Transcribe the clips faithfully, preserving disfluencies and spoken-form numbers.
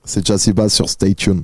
C'est Jazzy Bass sur Stay Tuned.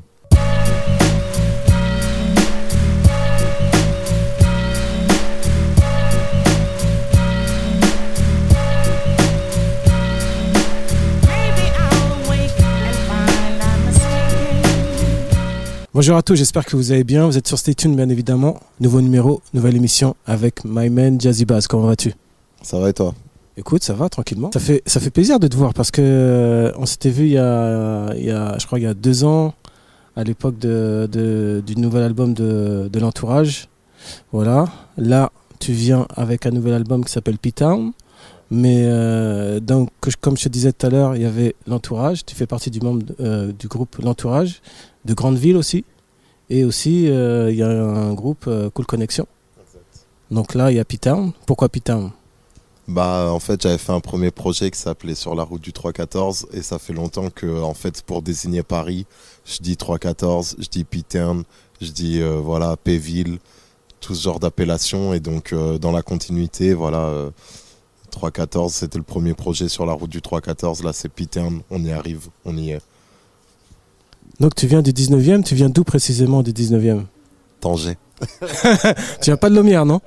Bonjour à tous, j'espère que vous allez bien. Vous êtes sur Stay Tuned, bien évidemment. Nouveau numéro, nouvelle émission avec my man Jazzy Bass. Comment vas-tu? Ça va et toi? Écoute, ça va tranquillement. Ça fait, ça fait plaisir de te voir parce que euh, on s'était vu il y a, il y a, je crois, il y a deux ans, à l'époque de, de, du nouvel album de, de l'Entourage. Voilà. Là, tu viens avec un nouvel album qui s'appelle P-Town. Mais euh, donc, comme je te disais tout à l'heure, il y avait l'Entourage. Tu fais partie du membre euh, du groupe l'Entourage, de Grandeville aussi. Et aussi, euh, il y a un groupe euh, Cool Connection. Exact. Donc là, il y a P-Town. Pourquoi P-Town? Bah, en fait, j'avais fait un premier projet qui s'appelait Sur la route du trois quatorze. Et ça fait longtemps que, en fait, pour désigner Paris, je dis trois quatorze, je dis P-Town, je dis euh, voilà, Péville, tout ce genre d'appellations. Et donc, euh, dans la continuité, voilà. Euh, trois quatorze, c'était le premier projet sur la route du trois quatorze. Là, c'est P-Town. On y arrive, on y est. Donc, tu viens du dix-neuvième. Tu viens d'où précisément du dix-neuvième? Tanger. Tu viens pas de Lomière, non?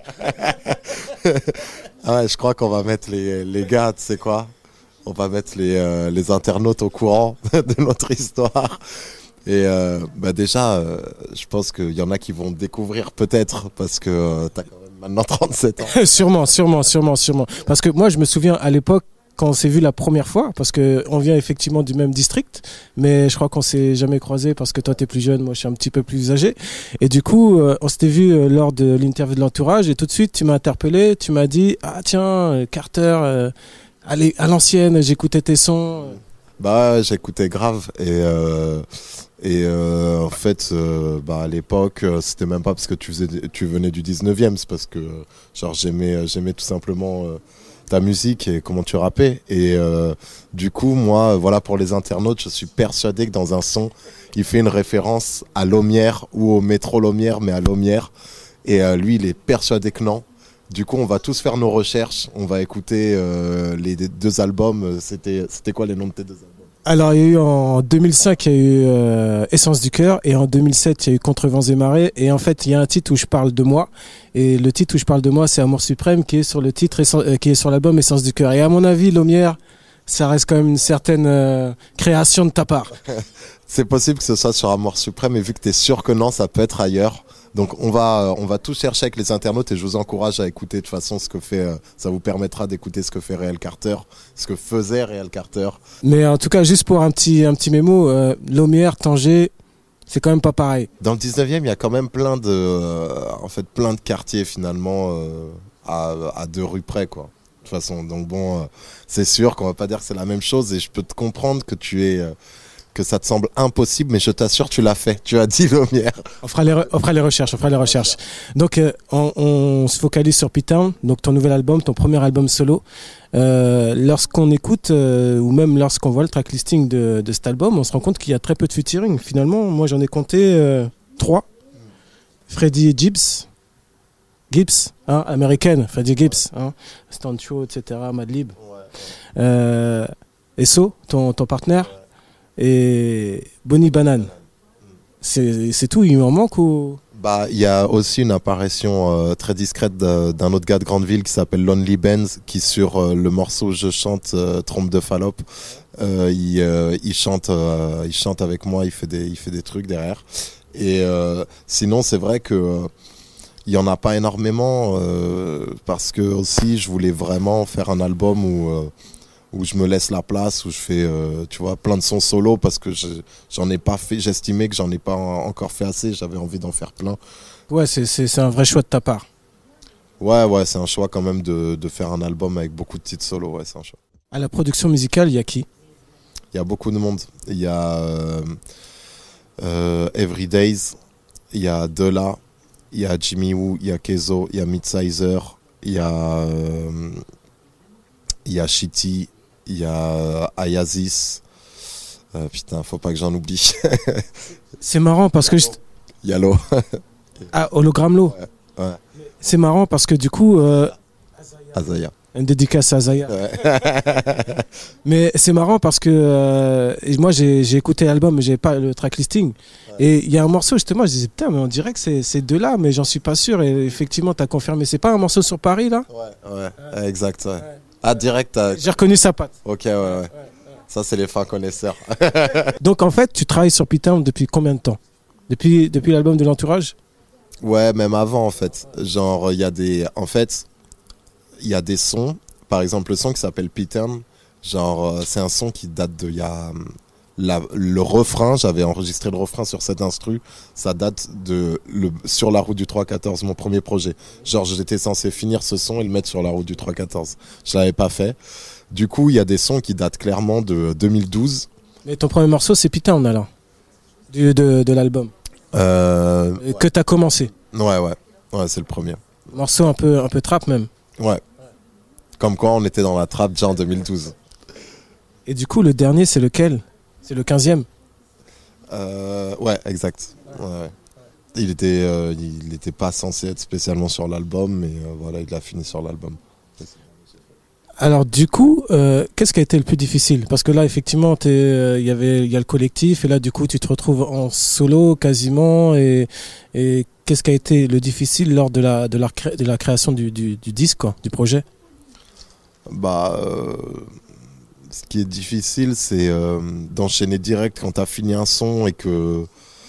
Ah ouais, je crois qu'on va mettre les, les gars, tu sais quoi? On va mettre les, euh, les internautes au courant de notre histoire. Et euh, bah déjà, euh, je pense qu'il y en a qui vont découvrir peut-être parce que euh, t'as quand même maintenant trente-sept ans. Sûrement, sûrement, sûrement, sûrement. Parce que moi, je me souviens à l'époque, quand on s'est vu la première fois, parce qu'on vient effectivement du même district, mais je crois qu'on s'est jamais croisé parce que toi t'es plus jeune, moi je suis un petit peu plus âgé. Et du coup, euh, on s'était vu euh, lors de l'interview de l'Entourage et tout de suite tu m'as interpellé, tu m'as dit « Ah tiens, euh, Carter, euh, allez, à l'ancienne, j'écoutais tes sons. » Bah j'écoutais grave et... Euh... Et euh, en fait, euh, bah à l'époque, euh, c'était même pas parce que tu faisais, tu venais du dix-neuvième, c'est parce que euh, genre j'aimais, j'aimais tout simplement euh, ta musique et comment tu rappais. Et euh, du coup, moi, voilà, pour les internautes, je suis persuadé que dans un son, il fait une référence à Lomière ou au métro Lomière, mais à Lomière. Et euh, lui, il est persuadé que non. Du coup, on va tous faire nos recherches. On va écouter euh, les deux albums. C'était, c'était quoi les noms de tes deux albums? Alors, il y a eu en deux mille cinq, il y a eu euh, Essence du cœur, et en deux mille sept, il y a eu Contre vents et marées. Et en fait, il y a un titre où je parle de moi, et le titre où je parle de moi, c'est Amour suprême, qui est sur le titre, euh, qui est sur l'album Essence du cœur. Et à mon avis, Lomière, ça reste quand même une certaine euh, création de ta part. C'est possible que ce soit sur Amour suprême, mais vu que tu es sûr que non, ça peut être ailleurs. Donc on va, on va tout chercher avec les internautes et je vous encourage à écouter de toute façon ce que fait, euh, ça vous permettra d'écouter ce que fait Réal Carter, ce que faisait Réal Carter. Mais en tout cas, juste pour un petit, un petit mémo, euh, Lomière, Tanger, c'est quand même pas pareil. Dans le dix-neuvième, il y a quand même plein de, euh, en fait, plein de quartiers finalement euh, à, à deux rues près, quoi. De toute façon, donc bon, euh, c'est sûr qu'on va pas dire que c'est la même chose et je peux te comprendre que tu es... Euh, que ça te semble impossible, mais je t'assure, tu l'as fait. Tu as dit Lomière. On fera les, re- on fera les recherches, on fera les recherches. Donc, euh, on, on se focalise sur P-Town, donc ton nouvel album, ton premier album solo. Euh, lorsqu'on écoute, euh, ou même lorsqu'on voit le track listing de, de cet album, on se rend compte qu'il y a très peu de featuring. Finalement, moi, j'en ai compté euh, trois. Freddie Gibbs, Gibbs, hein, américaine, Freddie Gibbs, hein, Stand Show, et cetera, Madlib. Ouais, ouais. Euh, Esso, ton, ton partenaire. Ouais. Et Bonnie Banane. C'est, c'est tout, il m'en manque ou... Bah, il y a aussi une apparition euh, très discrète d'un autre gars de Grandeville qui s'appelle Lonely Benz, qui sur euh, le morceau Je chante euh, Trompe de Fallope, euh, il, euh, il chante, euh, il chante avec moi, il fait des, il fait des trucs derrière. Et euh, sinon, c'est vrai que euh, il y en a pas énormément euh, parce que aussi, je voulais vraiment faire un album où euh, où je me laisse la place, où je fais, euh, tu vois, plein de sons solo parce que je, j'en ai pas fait, j'estimais que j'en ai pas encore fait assez, j'avais envie d'en faire plein. Ouais, c'est, c'est, c'est un vrai choix de ta part. Ouais, ouais, c'est un choix quand même de, de faire un album avec beaucoup de titres solo, ouais, c'est un choix. À la production musicale, il y a qui? Il y a beaucoup de monde. Il y a euh, euh, Everydays, il y a Dela, il y a Jimmy Woo, il y a Kezo, il y a Midsizer, il y a, euh, il y a Shitty, il y a Ayazis. Euh, putain, faut pas que j'en oublie. C'est marrant parce que... Just... Yalo. Ah, Hologramme Lo. Ouais, ouais. C'est marrant parce que du coup... Euh... Azaya. Une dédicace à Zaya. Ouais. Mais c'est marrant parce que euh, moi j'ai, j'ai écouté l'album mais j'avais pas le track listing. Ouais. Et il y a un morceau justement, je disais putain mais on dirait que c'est ces deux-là mais j'en suis pas sûr et effectivement tu as confirmé. C'est pas un morceau sur Paris là? Ouais, ouais, ouais. Exact. Ouais. Ouais. Ah direct. T'as... J'ai reconnu sa patte. Ok ouais ouais. ouais, ouais. Ça c'est les fins connaisseurs. Donc en fait tu travailles sur P-Town depuis combien de temps? Depuis, depuis l'album de l'entourage? Ouais, même avant en fait. Genre, il y a des. En fait, il y a des sons. Par exemple, le son qui s'appelle P-Town. Genre, c'est un son qui date de. Il y a. La, le refrain, j'avais enregistré le refrain sur cet instru. Ça date de. Le, sur la route du trois quatorze, mon premier projet. Genre, j'étais censé finir ce son et le mettre sur la route du trois quatorze. Je l'avais pas fait. Du coup, il y a des sons qui datent clairement de deux mille douze. Mais ton premier morceau, c'est P-Town alors? Du, de, de l'album? Euh, ouais. Que t'as commencé. Ouais, ouais, ouais, c'est le premier. Morceau un peu, un peu trap même. Ouais. ouais. Comme quoi, on était dans la trap déjà en deux mille douze. Et du coup, le dernier, c'est lequel? C'est le quinzième. euh, Ouais, exact. Ouais. Ouais. Il était, euh, il était pas censé être spécialement sur l'album, mais euh, voilà, il a fini sur l'album. Alors du coup, euh, qu'est-ce qui a été le plus difficile? Parce que là, effectivement, il euh, y avait, il y a le collectif, et là, du coup, tu te retrouves en solo quasiment. Et, et qu'est-ce qui a été le difficile lors de la, de la, cré- de la création du, du, du disque, quoi, du projet? Bah, euh, ce qui est difficile, c'est euh, d'enchaîner direct quand tu as fini un son et que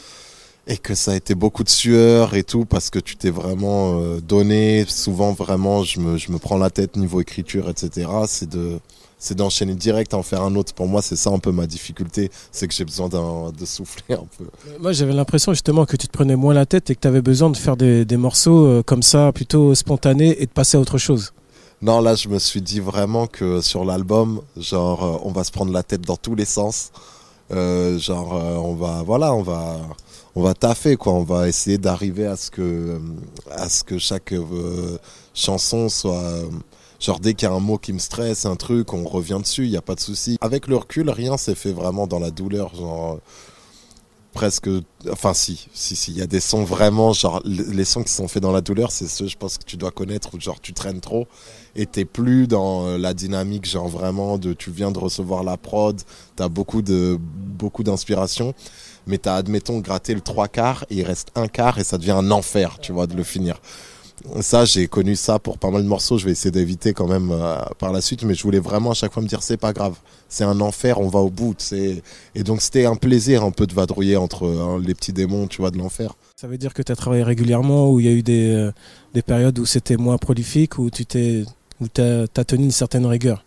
et que ça a été beaucoup de sueur et tout parce que tu t'es vraiment euh, donné. Souvent, vraiment, je me, je me prends la tête niveau écriture, et cetera. C'est de, c'est d'enchaîner direct, en faire un autre. Pour moi, c'est ça un peu ma difficulté, c'est que j'ai besoin d'un, de souffler un peu. Moi, j'avais l'impression justement que tu te prenais moins la tête et que tu avais besoin de faire des, des morceaux euh, comme ça, plutôt spontanés et de passer à autre chose. Non, là, je me suis dit vraiment que sur l'album, genre, euh, on va se prendre la tête dans tous les sens. Euh, genre, euh, on va, voilà, on va... on va taffer quoi, on va essayer d'arriver à ce que à ce que chaque euh, chanson soit euh, genre dès qu'il y a un mot qui me stresse, un truc, on revient dessus, il y a pas de souci. Avec le recul, rien s'est fait vraiment dans la douleur, genre euh, presque enfin si, si si, il y a des sons vraiment genre les sons qui sont faits dans la douleur, c'est ceux je pense que tu dois connaître où genre tu traînes trop et t'es plus dans la dynamique genre vraiment de tu viens de recevoir la prod, t'as beaucoup de beaucoup d'inspiration. Mais t'as, admettons, gratté le trois quarts et il reste un quart et ça devient un enfer, tu vois, de le finir. Ça, j'ai connu ça pour pas mal de morceaux. Je vais essayer d'éviter quand même euh, par la suite, mais je voulais vraiment à chaque fois me dire c'est pas grave, c'est un enfer, on va au bout. C'est... Et donc c'était un plaisir un peu de vadrouiller entre hein, les petits démons, tu vois, de l'enfer. Ça veut dire que tu as travaillé régulièrement, où il y a eu des, euh, des périodes où c'était moins prolifique, où tu t'es, où t'as, t'as tenu une certaine rigueur.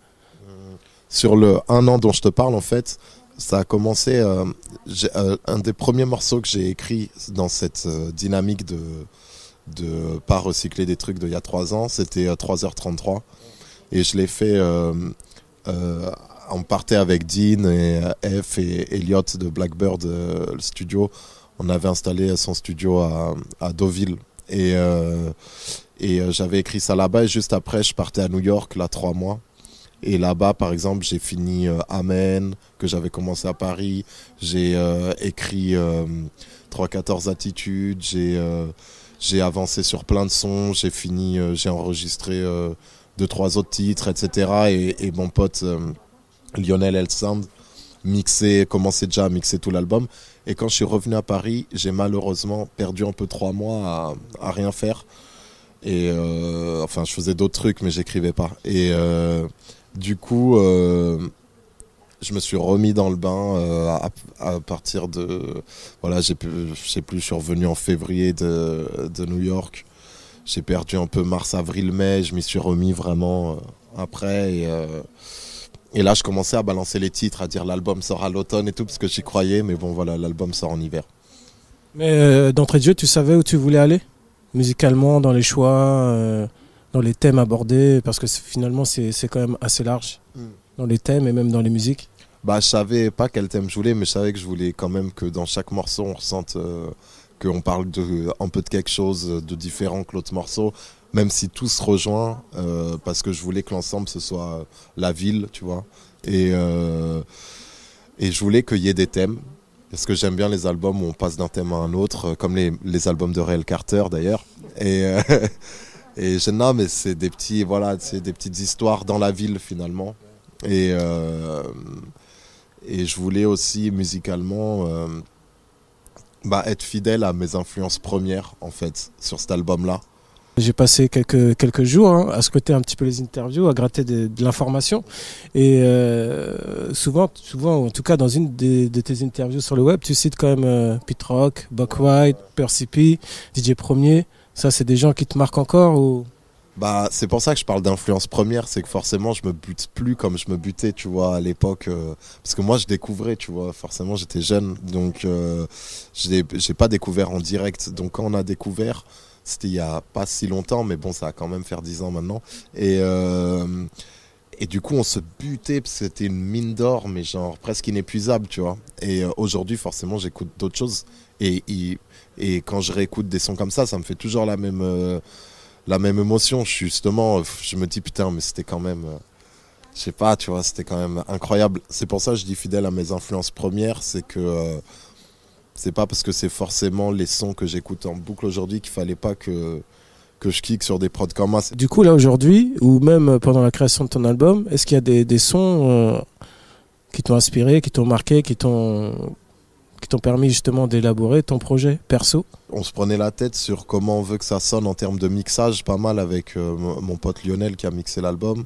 Sur le un an dont je te parle, en fait, ça a commencé. Euh, j'ai, euh, un des premiers morceaux que j'ai écrit dans cette euh, dynamique de de pas recycler des trucs d'il y a trois ans, c'était euh, trois heures trente-trois. Et je l'ai fait. Euh, euh, on partait avec Dean et euh, F et Elliot de Blackbird, euh, le studio. On avait installé son studio à, à Deauville. Et, euh, et euh, j'avais écrit ça là-bas. Et juste après, je partais à New York, là, trois mois. Et là-bas, par exemple, j'ai fini euh, Amen, que j'avais commencé à Paris. J'ai euh, écrit euh, trois quatorze Attitude. J'ai, euh, j'ai avancé sur plein de sons. J'ai fini, euh, j'ai enregistré euh, deux, trois autres titres, et cetera. Et, et mon pote euh, Lionel Elsand mixé, commençait déjà à mixer tout l'album. Et quand je suis revenu à Paris, j'ai malheureusement perdu un peu trois mois à, à rien faire. Et euh, enfin, je faisais d'autres trucs, mais j'écrivais pas. Et euh, du coup, euh, je me suis remis dans le bain euh, à, à partir de... Voilà, j'ai, je sais plus, je suis revenu en février de, de New York. J'ai perdu un peu mars, avril, mai. Je m'y suis remis vraiment euh, après. Et, euh, et là, je commençais à balancer les titres, à dire l'album sort à l'automne et tout, parce que j'y croyais. Mais bon, voilà, l'album sort en hiver. Mais euh, d'entrée de jeu, tu savais où tu voulais aller ? Musicalement, dans les choix, euh, dans les thèmes abordés, parce que c'est, finalement c'est, c'est quand même assez large mm. dans les thèmes et même dans les musiques. Bah, je savais pas quel thème je voulais, mais je savais que je voulais quand même que dans chaque morceau on ressente euh, qu'on parle de, un peu de quelque chose de différent que l'autre morceau, même si tout se rejoint, euh, parce que je voulais que l'ensemble ce soit la ville, tu vois, et, euh, et je voulais qu'il y ait des thèmes. Parce que j'aime bien les albums où on passe d'un thème à un autre, comme les, les albums de Rael Carter d'ailleurs. Et, euh, Et je, non, mais c'est des petits, voilà, c'est des petites histoires dans la ville finalement. Et, euh, et je voulais aussi musicalement euh, bah, être fidèle à mes influences premières en fait sur cet album-là. J'ai passé quelques, quelques jours hein, à scruter un petit peu les interviews, à gratter de, de l'information. Et euh, souvent, souvent, en tout cas dans une des, de tes interviews sur le web, tu cites quand même euh, Pete Rock, Buck White, Percy P, D J Premier. Ça, c'est des gens qui te marquent encore ou... Bah, c'est pour ça que je parle d'influence première, c'est que forcément je me bute plus comme je me butais, tu vois, à l'époque. Euh, parce que moi je découvrais, tu vois, forcément j'étais jeune, donc euh, j'ai, j'ai pas découvert en direct. Donc quand on a découvert, c'était il y a pas si longtemps, mais bon, ça va quand même faire dix ans maintenant. Et, euh, et du coup on se butait, parce que c'était une mine d'or, mais genre presque inépuisable, tu vois. Et euh, aujourd'hui forcément j'écoute d'autres choses. Et, et, et quand je réécoute des sons comme ça, ça me fait toujours la même... Euh, la même émotion. Je suis justement, je me dis putain, mais c'était quand même, euh, je sais pas, tu vois, c'était quand même incroyable. C'est pour ça que je dis fidèle à mes influences premières, c'est que euh, c'est pas parce que c'est forcément les sons que j'écoute en boucle aujourd'hui qu'il fallait pas que que je kick sur des prods comme ça. Du coup là aujourd'hui, ou même pendant la création de ton album, est-ce qu'il y a des, des sons euh, qui t'ont inspiré, qui t'ont marqué, qui t'ont qui t'ont permis justement d'élaborer ton projet perso? On se prenait la tête sur comment on veut que ça sonne en termes de mixage, pas mal avec euh, mon pote Lionel qui a mixé l'album.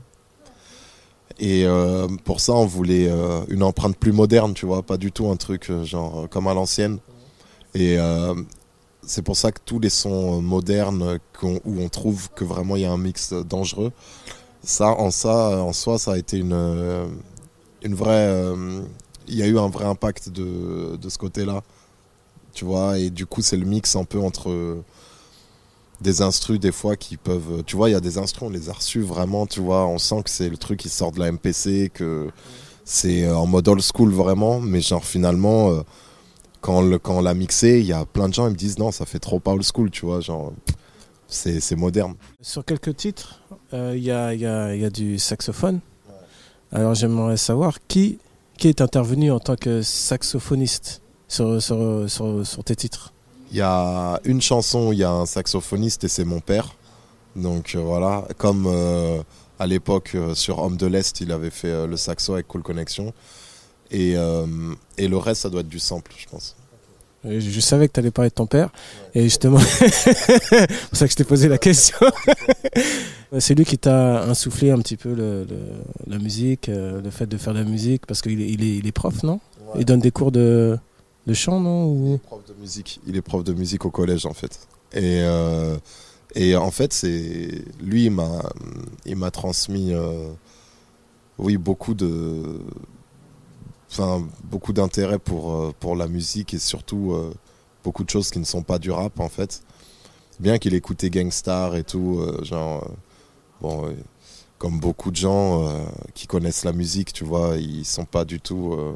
Et euh, pour ça, on voulait euh, une empreinte plus moderne, tu vois, pas du tout un truc euh, genre euh, comme à l'ancienne. Et euh, c'est pour ça que tous les sons modernes qu'on, où on trouve que vraiment il y a un mix dangereux, ça, en ça, en soi, ça a été une, euh, une vraie... Euh, il y a eu un vrai impact de, de ce côté-là, tu vois, et du coup c'est le mix un peu entre des instrus des fois qui peuvent, tu vois, il y a des instrus, on les a reçus vraiment, tu vois, on sent que c'est le truc qui sort de la M P C, que c'est en mode old school vraiment, mais genre finalement quand, le, quand on l'a mixé, il y a plein de gens qui me disent non, ça fait trop pas old school, tu vois, genre c'est, c'est moderne. Sur quelques titres, il euh, y, a, y, a, y a du saxophone, alors j'aimerais savoir qui Qui est intervenu en tant que saxophoniste sur, sur, sur, sur tes titres? Il y a une chanson où il y a un saxophoniste et c'est mon père. Donc euh, voilà, comme euh, à l'époque euh, sur Homme de l'Est, il avait fait euh, le saxo avec Cool Connection. Et, euh, et le reste, ça doit être du sample, je pense. Je, je savais que tu allais parler de ton père. Ouais. Et justement, c'est pour ça que je t'ai posé la question. C'est lui qui t'a insufflé un petit peu le, le, la musique, euh, le fait de faire de la musique, parce qu'il est, il est, il est prof, non? Ouais. Il donne des cours de, de chant, non? Ou... Il est prof de musique. Il est prof de musique au collège, en fait. Et, euh, et en fait, c'est lui, il m'a, il m'a transmis, euh, oui, beaucoup de, enfin, beaucoup d'intérêt pour pour la musique et surtout euh, beaucoup de choses qui ne sont pas du rap, en fait. Bien qu'il écoutait Gangstar et tout, euh, genre. Euh, Bon, euh, comme beaucoup de gens euh, qui connaissent la musique, tu vois, ils sont pas du tout euh,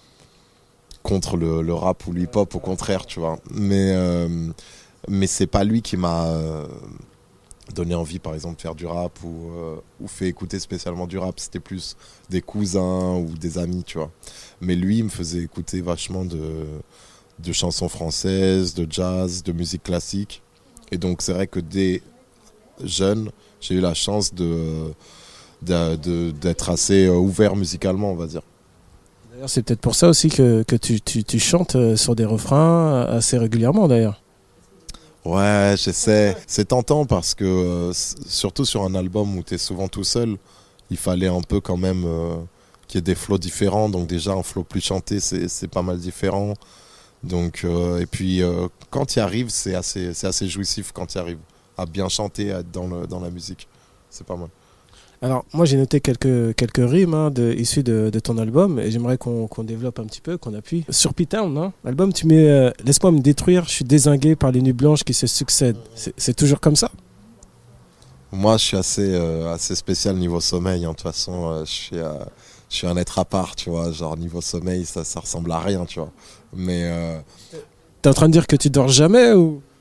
contre le, le rap ou le hip-hop, au contraire, tu vois. Mais, euh, mais c'est pas lui qui m'a euh, donné envie, par exemple, de faire du rap ou, euh, ou fait écouter spécialement du rap. C'était plus des cousins ou des amis, tu vois. Mais lui, il me faisait écouter vachement de, de chansons françaises, de jazz, de musique classique. Et donc, c'est vrai que dès jeune, j'ai eu la chance de, de, de, d'être assez ouvert musicalement, on va dire. D'ailleurs, c'est peut-être pour ça aussi que, que tu, tu, tu chantes sur des refrains assez régulièrement, d'ailleurs. Ouais, j'essaie. C'est tentant parce que, surtout sur un album où tu es souvent tout seul, il fallait un peu quand même euh, qu'il y ait des flows différents. Donc déjà, un flow plus chanté, c'est, c'est pas mal différent. Donc, euh, et puis, euh, quand tu y arrives, c'est assez, c'est assez jouissif quand tu y arrives. À bien chanter, à être dans, le, dans la musique. C'est pas mal. Alors, moi, j'ai noté quelques, quelques rimes hein, de, issues de, de ton album et j'aimerais qu'on, qu'on développe un petit peu, qu'on appuie. Sur P-Town, hein, l'album, tu mets euh, « Laisse-moi me détruire, je suis dézingué par les nuits blanches qui se succèdent ». C'est, c'est toujours comme ça? Moi, je suis assez, euh, assez spécial niveau sommeil. Hein. De toute façon, euh, je, suis, euh, je suis un être à part, tu vois. Genre, niveau sommeil, ça, ça ressemble à rien, tu vois. Mais... Euh... T'es en train de dire que tu dors jamais ou...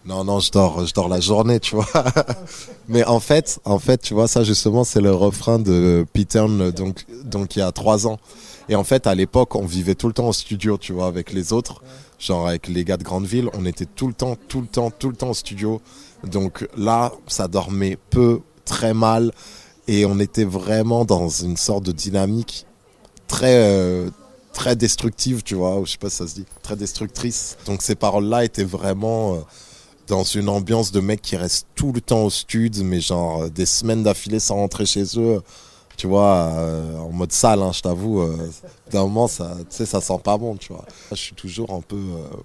Non, non, je dors, je dors la journée, tu vois. Mais en fait, en fait, tu vois, ça justement, c'est le refrain de P-Town, donc, donc il y a trois ans. Et en fait, à l'époque, on vivait tout le temps au studio, tu vois, avec les autres, genre avec les gars de grande ville, on était tout le temps, tout le temps, tout le temps au studio. Donc là, ça dormait peu, très mal, et on était vraiment dans une sorte de dynamique très, euh, très destructive, tu vois, ou je sais pas si ça se dit, très destructrice. Donc ces paroles-là étaient vraiment euh, dans une ambiance de mecs qui restent tout le temps au stud, mais genre euh, des semaines d'affilée sans rentrer chez eux, tu vois, euh, en mode sale, hein, je t'avoue. Euh, d'un moment, ça, tu sais, ça sent pas bon, tu vois. Je suis toujours un peu, euh,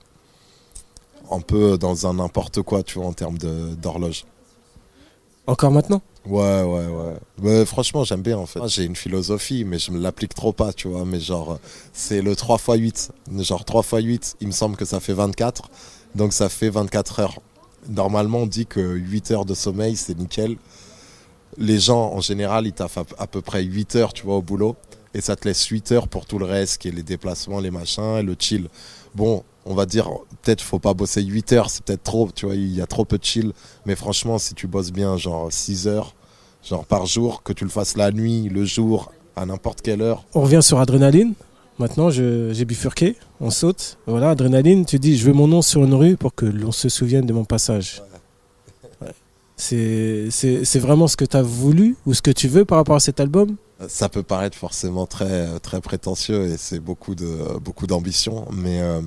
un peu dans un n'importe quoi, tu vois, en termes de, d'horloge. Encore maintenant? Ouais, ouais, ouais. Mais franchement, j'aime bien en fait. J'ai une philosophie, mais je me l'applique trop pas, tu vois. Mais genre, c'est le trois fois huit. Genre trois fois huit, il me semble que ça fait vingt-quatre. Donc ça fait vingt-quatre heures. Normalement, on dit que huit heures de sommeil, c'est nickel. Les gens, en général, ils taffent à, à peu près huit heures, tu vois, au boulot. Et ça te laisse huit heures pour tout le reste, qui est les déplacements, les machins, et le chill. Bon, on va dire, peut-être faut pas bosser huit heures, c'est peut-être trop, tu vois, il y a trop peu de chill. Mais franchement, si tu bosses bien, genre six heures, genre par jour, que tu le fasses la nuit, le jour, à n'importe quelle heure. On revient sur Adrénaline. Maintenant, je- j'ai bifurqué, on saute. Voilà, Adrénaline, tu dis, je veux mon nom sur une rue pour que l'on se souvienne de mon passage. Ouais. C'est c'est- c'est vraiment ce que tu as voulu ou ce que tu veux par rapport à cet album? Ça peut paraître forcément très, très prétentieux et c'est beaucoup de, beaucoup d'ambition, mais euh,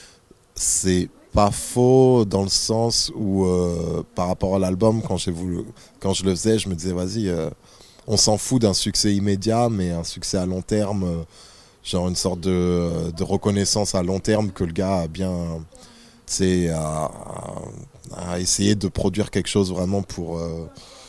c'est pas faux dans le sens où, euh, par rapport à l'album, quand j'ai voulu, quand je le faisais, je me disais, vas-y, euh, on s'en fout d'un succès immédiat, mais un succès à long terme, euh, genre une sorte de, de reconnaissance à long terme que le gars a bien, tu sais, à, à essayer de produire quelque chose vraiment pour, euh,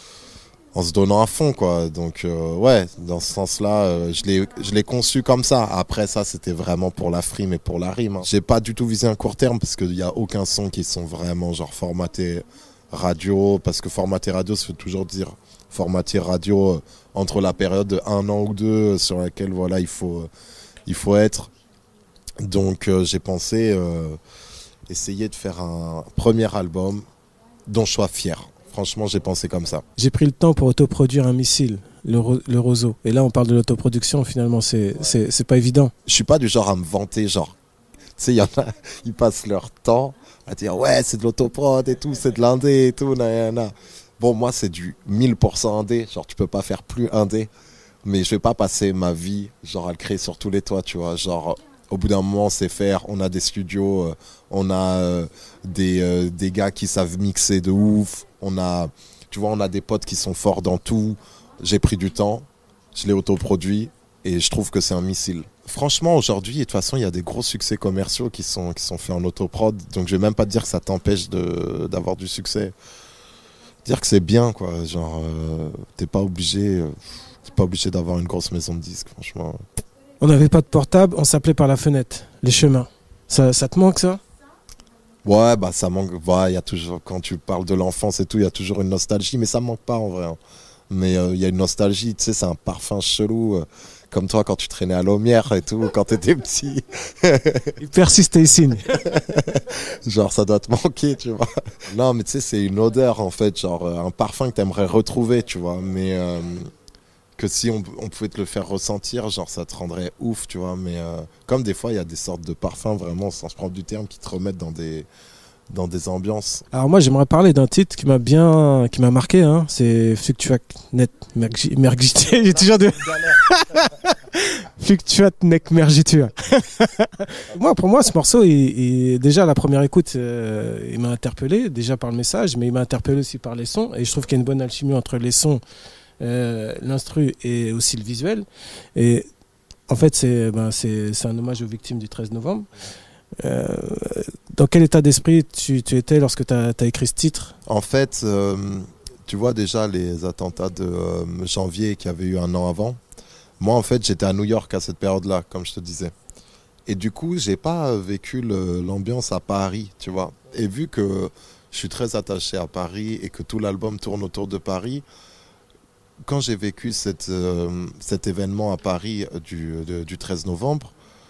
en se donnant à fond, quoi. Donc, euh, ouais, dans ce sens-là, euh, je l'ai, je l'ai conçu comme ça. Après ça, c'était vraiment pour la frime et pour la rime, hein. J'ai pas du tout visé un court terme parce qu'il y a aucun son qui sont vraiment genre formatés radio, parce que formaté radio, ça veut toujours dire formaté radio euh, entre la période de un an ou deux sur laquelle voilà il faut, euh, il faut être. Donc, euh, j'ai pensé euh, essayer de faire un premier album dont je sois fier. Franchement, j'ai pensé comme ça. J'ai pris le temps pour autoproduire un missile, le, ro- le roseau. Et là, on parle de l'autoproduction, finalement, c'est c'est- c'est pas évident. Je suis pas du genre à me vanter, genre, tu sais, il y en a, ils passent leur temps à dire ouais, c'est de l'autoprod et tout, c'est de l'indé et tout, nanana. Bon, moi, c'est du mille pour cent indé, genre, tu peux pas faire plus indé, mais je vais pas passer ma vie, genre, à le créer sur tous les toits, tu vois, genre, au bout d'un moment, on sait faire, on a des studios, euh, on a euh, des, euh, des gars qui savent mixer de ouf, on a, tu vois, on a des potes qui sont forts dans tout. J'ai pris du temps, je l'ai autoproduit et je trouve que c'est un missile. Franchement, aujourd'hui, de toute façon, il y a des gros succès commerciaux qui sont, qui sont faits en autoprod, donc je vais même pas te dire que ça t'empêche de, d'avoir du succès. Dire que c'est bien, quoi, genre, euh, t'es pas obligé, euh, t'es pas obligé d'avoir une grosse maison de disques, franchement. On n'avait pas de portable, on s'appelait par la fenêtre, les chemins. Ça, ça te manque, ça? Ouais, bah ça manque. Ouais, il y a toujours, quand tu parles de l'enfance et tout, il y a toujours une nostalgie, mais ça me manque pas en vrai, hein. Mais il euh, y a une nostalgie, tu sais, c'est un parfum chelou, euh, comme toi quand tu traînais à Lomière et tout, quand t'étais petit. Il persiste et il signe. Genre, ça doit te manquer, tu vois. Non, mais tu sais, c'est une odeur en fait, genre euh, un parfum que t'aimerais retrouver, tu vois. Mais euh, que si on, on pouvait te le faire ressentir, genre ça te rendrait ouf, tu vois. Mais euh, comme des fois, il y a des sortes de parfums vraiment, sans se prendre du terme, qui te remettent dans des dans des ambiances. Alors moi, j'aimerais parler d'un titre qui m'a bien, qui m'a marqué, hein. C'est Fluctuat Net Mergitua. J'ai toujours de Fluctuat Net Mergitua. Moi, pour moi, ce morceau, il, il- déjà à la première écoute, euh, il m'a interpellé, déjà par le message, mais il m'a interpellé aussi par les sons. Et je trouve qu'il y a une bonne alchimie entre les sons, euh, l'instru et aussi le visuel. Et en fait, c'est ben, c'est c'est un hommage aux victimes du treize novembre. Euh, dans quel état d'esprit tu, tu étais lorsque tu as écrit ce titre? En fait, euh, tu vois déjà les attentats de euh, janvier qui avaient eu un an avant. Moi, en fait, j'étais à New York à cette période-là, comme je te disais. Et du coup, j'ai pas vécu le- l'ambiance à Paris, tu vois. Et vu que je suis très attaché à Paris et que tout l'album tourne autour de Paris, quand j'ai vécu cette, euh, cet événement à Paris du, de- du treize novembre,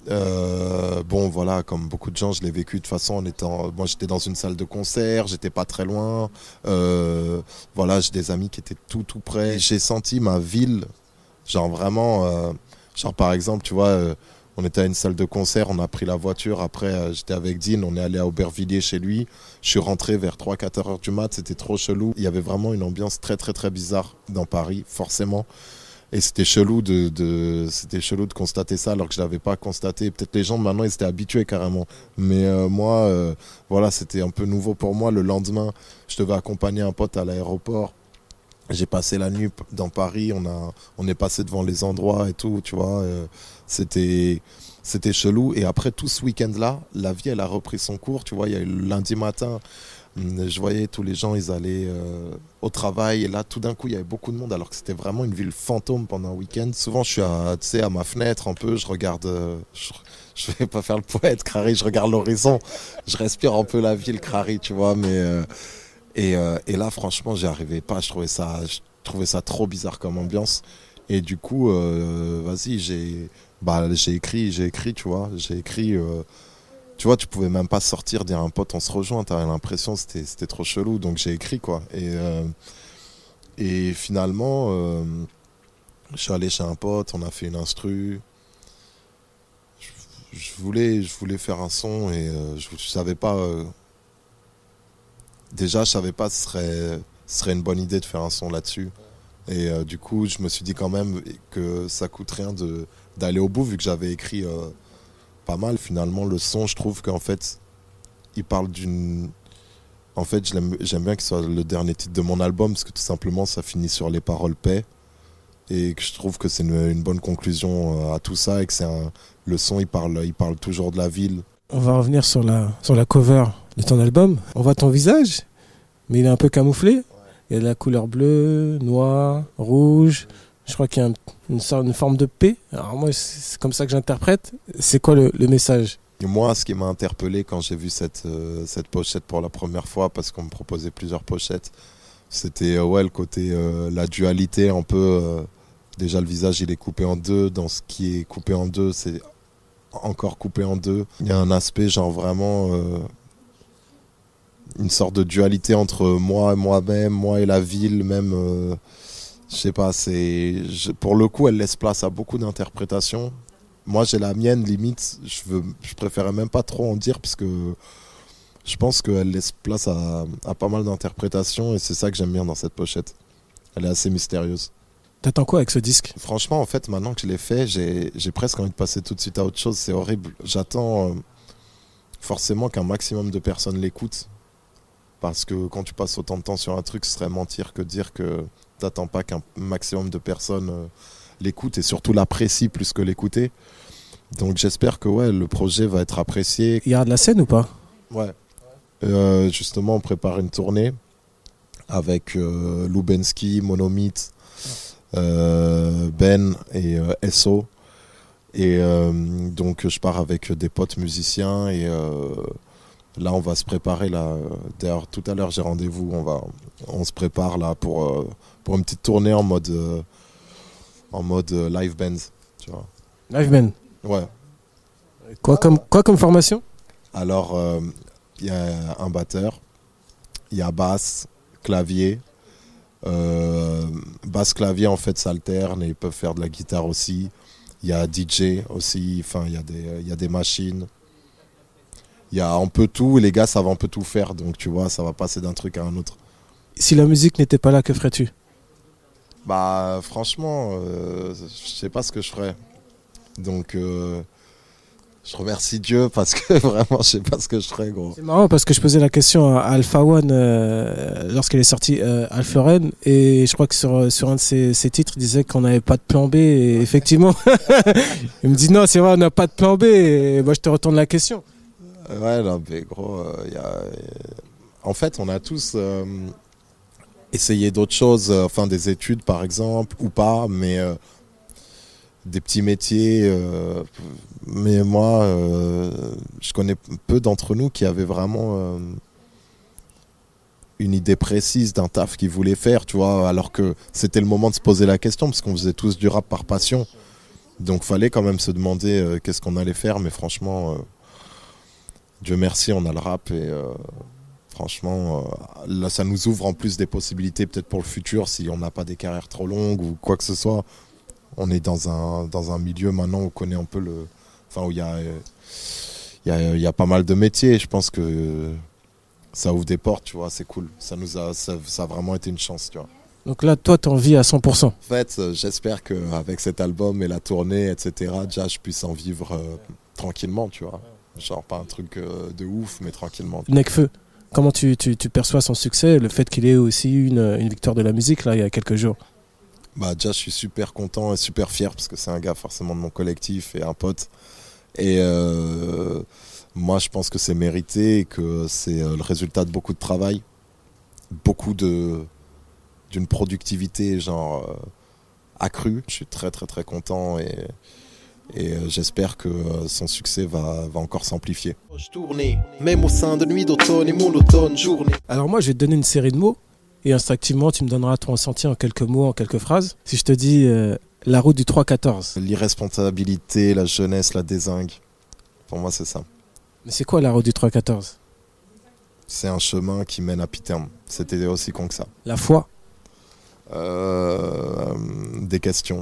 Euh, bon, voilà, comme beaucoup de gens, je l'ai vécu de toute façon en étant. Moi, j'étais dans une salle de concert, j'étais pas très loin. Euh, voilà, j'ai des amis qui étaient tout, tout près. J'ai senti ma ville, genre vraiment. Euh, genre, par exemple, tu vois, euh, on était à une salle de concert, on a pris la voiture. Après, euh, j'étais avec Dean, on est allé à Aubervilliers chez lui. Je suis rentré vers trois quatre heures du mat, c'était trop chelou. Il y avait vraiment une ambiance très, très, très bizarre dans Paris, forcément. Et c'était chelou de, de, c'était chelou de constater ça alors que je ne l'avais pas constaté. Peut-être les gens maintenant ils étaient habitués carrément. Mais euh, moi, euh, voilà, c'était un peu nouveau pour moi. Le lendemain, je devais accompagner un pote à l'aéroport. J'ai passé la nuit dans Paris. On, a, on est passé devant les endroits et tout, tu vois. Euh, c'était, c'était chelou. Et après tout ce week-end-là, la vie, elle a repris son cours. Tu vois, il y a eu le lundi matin. Je voyais tous les gens, ils allaient euh, au travail et là tout d'un coup il y avait beaucoup de monde alors que c'était vraiment une ville fantôme pendant un week-end. Souvent je suis à, tu sais, à ma fenêtre un peu, je regarde, euh, je, je vais pas faire le poète Crary, je regarde l'horizon, je respire un peu la ville Crary, tu vois, mais euh, et, euh, et là franchement j'y arrivais pas, je trouvais ça, je trouvais ça trop bizarre comme ambiance et du coup euh, vas-y j'ai, bah j'ai écrit, j'ai écrit, tu vois, j'ai écrit. Euh, Tu vois, tu pouvais même pas sortir, dire à un pote, on se rejoint, t'avais l'impression que c'était, c'était trop chelou, donc j'ai écrit quoi. Et, euh, et finalement, euh, je suis allé chez un pote, on a fait une instru. Je, je voulais, je voulais faire un son et euh, je, je savais pas. Euh, déjà, je savais pas si ce serait, ce serait une bonne idée de faire un son là-dessus. Et euh, du coup, je me suis dit quand même que ça coûte rien de, d'aller au bout, vu que j'avais écrit. Euh, pas mal finalement le son, je trouve qu'en fait il parle d'une, en fait je l'aime, j'aime bien que ce soit le dernier titre de mon album parce que tout simplement ça finit sur les paroles paix et que je trouve que c'est une, une bonne conclusion à tout ça et que c'est un, le son il parle, il parle toujours de la ville. On va revenir sur la, sur la cover de ton album. On voit ton visage mais il est un peu camouflé, il y a de la couleur bleue, noire, rouge. Je crois qu'il y a un, une, sorte, une forme de P. Alors moi, c'est comme ça que j'interprète. C'est quoi le, le message ? Et moi, ce qui m'a interpellé quand j'ai vu cette, euh, cette pochette pour la première fois, parce qu'on me proposait plusieurs pochettes, c'était euh, ouais, le côté, euh, la dualité un peu. Euh, déjà, le visage, il est coupé en deux. Dans ce qui est coupé en deux, c'est encore coupé en deux. Il y a un aspect, genre vraiment, euh, une sorte de dualité entre moi et moi-même, moi et la ville, même. Euh, Je sais pas, c'est je, pour le coup, elle laisse place à beaucoup d'interprétations. Moi, j'ai la mienne, limite, je veux, je préférais même pas trop en dire parce que je pense qu'elle laisse place à, à pas mal d'interprétations et c'est ça que j'aime bien dans cette pochette. Elle est assez mystérieuse. T'attends quoi avec ce disque ? Franchement, en fait, maintenant que je l'ai fait, j'ai, j'ai presque envie de passer tout de suite à autre chose. C'est horrible. J'attends euh, forcément qu'un maximum de personnes l'écoutent. Parce que quand tu passes autant de temps sur un truc, ce serait mentir que de dire que t'attends pas qu'un maximum de personnes euh, l'écoutent et surtout l'apprécient plus que l'écouter. Donc j'espère que ouais, le projet va être apprécié. Il y a de la scène ou pas ? Ouais. Euh, justement, on prépare une tournée avec euh, Lubensky, Monomyth, euh, Ben et euh, S O. Et euh, donc je pars avec des potes musiciens et euh, là on va se préparer là. D'ailleurs tout à l'heure j'ai rendez-vous, on va, on se prépare là pour euh, pour une petite tournée en mode euh, en mode euh, live band, tu vois. Live band. Ouais. Quoi comme quoi comme formation ? Alors il euh, y a un batteur, il y a basse, clavier. Euh, basse clavier en fait s'alterne et ils peuvent faire de la guitare aussi. Il y a D J aussi, enfin il y a des il y a des machines. Il y a un peu tout et les gars savent un peu tout faire donc tu vois ça va passer d'un truc à un autre. Si la musique n'était pas là, que ferais-tu ? Bah franchement euh, je sais pas ce que je ferais. Donc euh, je remercie Dieu parce que vraiment je sais pas ce que je ferais gros. C'est marrant parce que je posais la question à Alpha One euh, lorsqu'elle est sortie euh, Alpha Lauren et je crois que sur, sur un de ses, ses titres il disait qu'on n'avait pas de plan B et effectivement il me dit non c'est vrai on n'a pas de plan B et moi je te retourne la question. Ouais non mais gros euh, y a... en fait on a tous euh, essayé d'autres choses, euh, enfin des études par exemple ou pas mais euh, des petits métiers, euh, mais moi, euh, je connais peu d'entre nous qui avaient vraiment euh, une idée précise d'un taf qu'ils voulaient faire, tu vois, alors que c'était le moment de se poser la question, parce qu'on faisait tous du rap par passion. Donc fallait quand même se demander euh, qu'est-ce qu'on allait faire, mais franchement, euh, Dieu merci, on a le rap et euh, franchement, euh, là ça nous ouvre en plus des possibilités peut-être pour le futur si on n'a pas des carrières trop longues ou quoi que ce soit. On est dans un, dans un milieu maintenant où on connaît un peu le... Enfin où il y a, il y, a, il y a pas mal de métiers, je pense que ça ouvre des portes, tu vois, c'est cool. Ça, nous a, ça, ça a vraiment été une chance, tu vois. Donc là, toi, t'en vis à cent pour cent. En fait, euh, j'espère qu'avec cet album et la tournée, et cetera, déjà, je puisse en vivre euh, tranquillement, tu vois. Genre, pas un truc euh, de ouf, mais tranquillement. Nekfeu, comment tu, tu, tu perçois son succès, le fait qu'il ait aussi eu une, une victoire de la musique, là, il y a quelques jours? Bah, déjà, je suis super content et super fier parce que c'est un gars forcément de mon collectif et un pote. Et euh, moi, je pense que c'est mérité et que c'est euh, le résultat de beaucoup de travail, beaucoup de... d'une productivité genre euh, accrue. Je suis très très très content et, et euh, j'espère que euh, son succès va, va encore s'amplifier. Même au sein de nuit d'automne et monotone journée. Alors moi, je vais te donner une série de mots et instinctivement, tu me donneras ton ressenti en quelques mots, en quelques phrases. Si je te dis euh, la route du trois quatorze. L'irresponsabilité, la jeunesse, la dézingue. Pour moi, c'est ça. Mais c'est quoi la route du trois quatorze? C'est un chemin qui mène à Piterne. C'était aussi con que ça. La foi. Euh, des questions.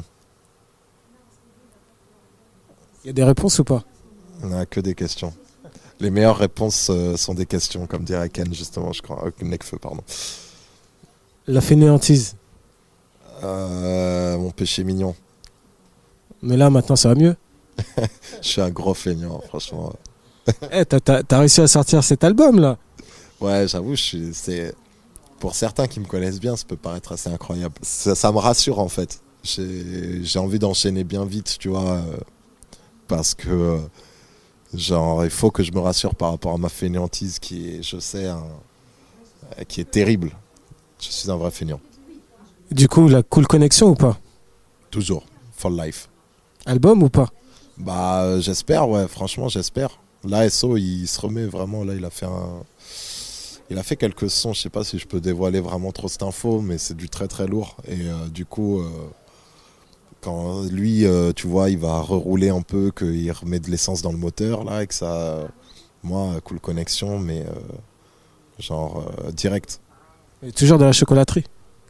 Il y a des réponses ou pas? On n'a que des questions. Les meilleures réponses euh, sont des questions, comme dirait Ken, justement, je crois. Euh, Nekfeu, pardon. La fainéantise. Euh, mon péché mignon. Mais là, maintenant, ça va mieux. Je suis un gros feignant, franchement. Eh, hey, t'as, t'as, t'as réussi à sortir cet album-là. Ouais, j'avoue, je suis, c'est... pour certains qui me connaissent bien, ça peut paraître assez incroyable. Ça, ça me rassure, en fait. J'ai, j'ai envie d'enchaîner bien vite, tu vois, euh, parce que, euh, genre, il faut que je me rassure par rapport à ma fainéantise qui est, je sais, un, qui est terrible. Je suis un vrai feignant. Du coup, la cool connexion ou pas? Toujours, for life. Album ou pas? Bah, euh, j'espère, ouais, franchement, j'espère. Là, S O, il se remet vraiment, là, il a fait un... Il a fait quelques sons, je sais pas si je peux dévoiler vraiment trop cette info, mais c'est du très très lourd. Et euh, du coup, euh, quand lui, euh, tu vois, il va rerouler un peu, qu'il remet de l'essence dans le moteur, là, et que ça... Moi, cool connexion, mais euh, genre euh, direct. Et toujours de la chocolaterie.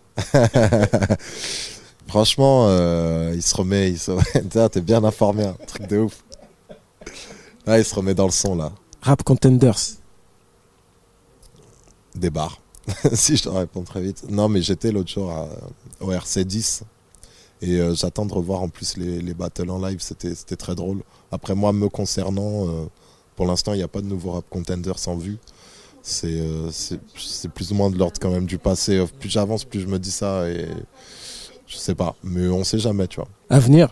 Franchement, euh, il se remet, il se... t'es bien informé, un hein, truc de ouf. Là, il se remet dans le son, là. Rap Contenders. Des bars, si je te réponds très vite. Non, mais j'étais l'autre jour à, au R C dix et euh, j'attends de revoir en plus les, les battles en live, c'était, c'était très drôle. Après moi, me concernant, euh, pour l'instant, il n'y a pas de nouveau Rap Contenders en vue. C'est, euh, c'est, c'est plus ou moins de l'ordre quand même du passé. Plus j'avance, plus je me dis ça et je sais pas, mais on sait jamais, tu vois. Avenir.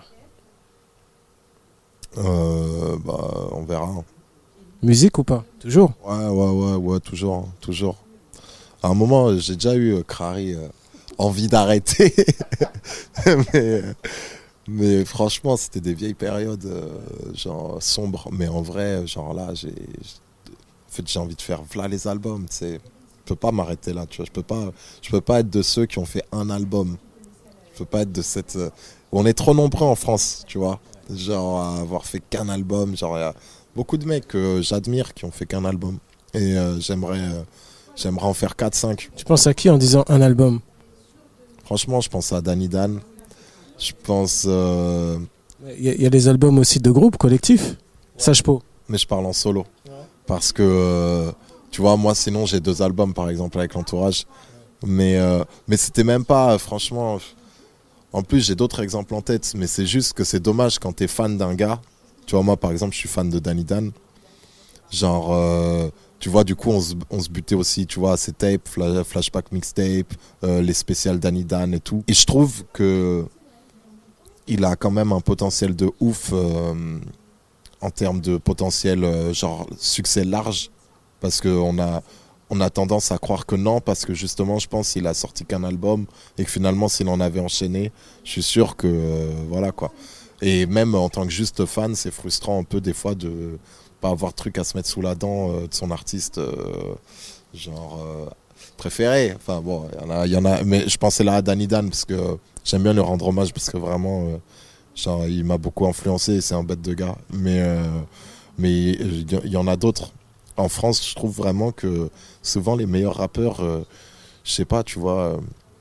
Euh, bah, on verra. Musique ou pas? Toujours? Ouais, ouais, ouais, ouais, toujours, toujours. À un moment, j'ai déjà eu euh, Krari euh, envie d'arrêter, mais, mais franchement, c'était des vieilles périodes, euh, genre sombres. Mais en vrai, genre là, j'ai, en fait, j'ai envie de faire voilà les albums. Tu sais, je peux pas m'arrêter là, tu vois. Je peux pas, je peux pas être de ceux qui ont fait un album. Je peux pas être de cette. Euh, on est trop nombreux en France, tu vois. Genre à avoir fait qu'un album, genre. Y a beaucoup de mecs que j'admire qui ont fait qu'un album. Et euh, j'aimerais, euh, j'aimerais en faire quatre cinq. Tu penses à qui en disant un album? Franchement, je pense à Danny Dan. Je pense... Il euh... y, y a des albums aussi de groupe, collectif. Ouais. Sage Po. Mais je parle en solo. Ouais. Parce que, euh, tu vois, moi, sinon, j'ai deux albums, par exemple, avec l'entourage. Ouais. Mais, euh, mais c'était même pas, franchement... En plus, j'ai d'autres exemples en tête. Mais c'est juste que c'est dommage quand t'es fan d'un gars. Tu vois, moi, par exemple, je suis fan de Danny Dan. Genre, euh, tu vois, du coup, on se, on se butait aussi, tu vois, à ses tapes, flash, flashback mixtape, euh, les spéciales Danny Dan et tout. Et je trouve que il a quand même un potentiel de ouf euh, en termes de potentiel, euh, genre, succès large. Parce qu'on a, on a tendance à croire que non, parce que justement, je pense qu'il a sorti qu'un album et que finalement, s'il en avait enchaîné, je suis sûr que, euh, voilà, quoi. Et même en tant que juste fan, c'est frustrant un peu des fois de pas avoir de truc à se mettre sous la dent euh, de son artiste euh, genre euh, préféré. Enfin bon, il y en a, y en a, mais je pensais là à Danny Dan parce que j'aime bien lui rendre hommage parce que vraiment, euh, Genre, il m'a beaucoup influencé, c'est un bête de gars. Mais euh, mais il y, y en a d'autres. En France, je trouve vraiment que souvent les meilleurs rappeurs, euh, je sais pas, tu vois, euh,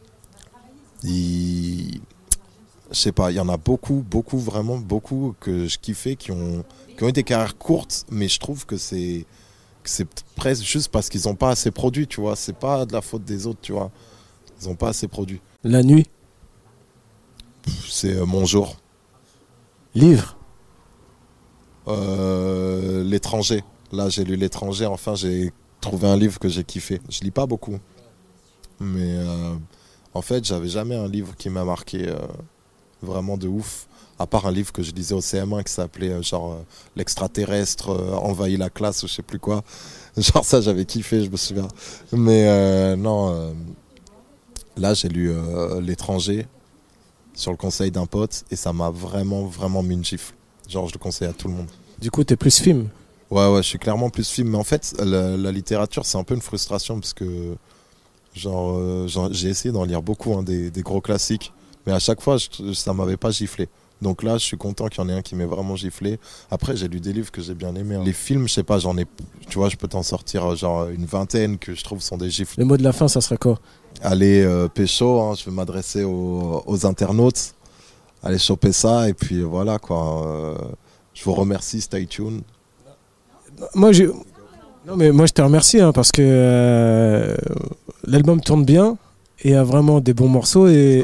ils... je sais pas, il y en a beaucoup, beaucoup, vraiment beaucoup que je kiffais qui ont, qui ont eu des carrières courtes, mais je trouve que c'est que c'est presque juste parce qu'ils n'ont pas assez produit, tu vois. C'est pas de la faute des autres, tu vois. Ils n'ont pas assez produit. La nuit. C'est euh, mon jour. Livre. Euh, L'étranger. Là, j'ai lu L'étranger. Enfin, j'ai trouvé un livre que j'ai kiffé. Je lis pas beaucoup. Mais euh, en fait, j'avais jamais un livre qui m'a marqué euh, vraiment de ouf. À part un livre que je lisais au C M un qui s'appelait euh, genre euh, L'extraterrestre euh, envahit la classe ou je sais plus quoi. Genre ça, j'avais kiffé, je me souviens. Mais euh, non, euh, là, j'ai lu euh, L'étranger sur le conseil d'un pote et ça m'a vraiment, vraiment mis une gifle. Genre, je le conseille à tout le monde. Du coup, t'es plus film. Ouais, ouais, je suis clairement plus film. Mais en fait, la, la littérature, c'est un peu une frustration parce que genre, euh, genre j'ai essayé d'en lire beaucoup, hein, des, des gros classiques. Mais à chaque fois, je, ça m'avait pas giflé. Donc là, je suis content qu'il y en ait un qui m'ait vraiment giflé. Après, j'ai lu des livres que j'ai bien aimés, hein. Les films, je sais pas, j'en ai, tu vois, je peux t'en sortir genre une vingtaine que je trouve sont des gifles. Le mot de la fin, ça serait quoi? Allez, euh, pécho, hein, je vais m'adresser aux, aux internautes. Allez choper ça et puis voilà quoi. Euh, je vous remercie, stay tuned. Moi, j'ai... Non, mais moi, je te remercie hein, parce que euh, l'album tourne bien et a vraiment des bons morceaux. Et...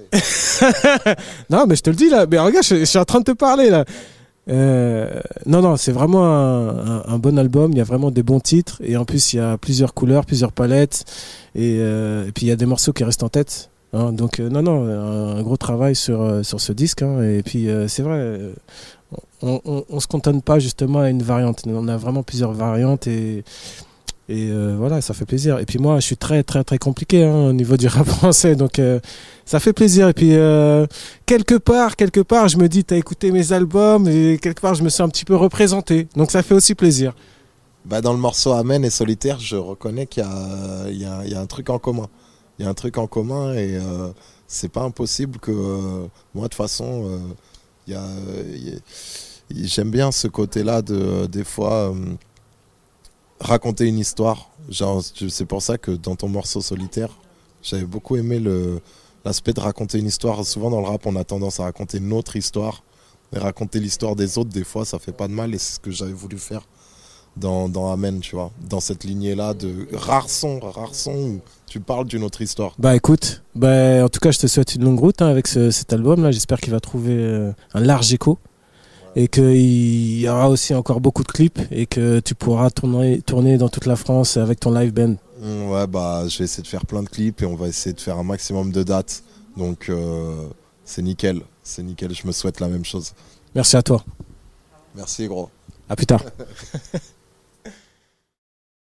non, mais je te le dis là. Mais regarde, je, je suis en train de te parler là. Euh, non, non, c'est vraiment un, un, un bon album. Il y a vraiment des bons titres et en plus, il y a plusieurs couleurs, plusieurs palettes et, euh, et puis il y a des morceaux qui restent en tête. Hein, donc, euh, non, non, un, un gros travail sur, euh, sur ce disque. Hein, et puis, euh, c'est vrai. Euh, On, on, on se contente pas justement à une variante. On a vraiment plusieurs variantes et, et euh, voilà, ça fait plaisir. Et puis moi, je suis très très très compliqué hein, au niveau du rap français, donc euh, ça fait plaisir. Et puis euh, quelque part, quelque part, je me dis, t'as écouté mes albums et quelque part, je me sens un petit peu représenté. Donc ça fait aussi plaisir. Bah dans le morceau Amen et Solitaire, je reconnais qu'il y a, il y a, il y a un truc en commun. Il y a un truc en commun et euh, c'est pas impossible que euh, moi de toute façon, euh, il y a, il y a j'aime bien ce côté-là de des fois euh, raconter une histoire. Genre, c'est pour ça que dans ton morceau Solitaire, j'avais beaucoup aimé le, l'aspect de raconter une histoire. Souvent dans le rap, on a tendance à raconter une autre histoire. Mais raconter l'histoire des autres, des fois, ça fait pas de mal. Et c'est ce que j'avais voulu faire dans, dans Amen, tu vois. Dans cette lignée-là de rare son, rare son où tu parles d'une autre histoire. Bah écoute, bah, en tout cas, je te souhaite une longue route hein, avec ce, cet album-là. J'espère qu'il va trouver euh, un large écho. Et qu'il y aura aussi encore beaucoup de clips et que tu pourras tourner, tourner dans toute la France avec ton live band. Ouais, bah je vais essayer de faire plein de clips et on va essayer de faire un maximum de dates. Donc euh, c'est nickel, c'est nickel, je me souhaite la même chose. Merci à toi. Merci gros. À plus tard.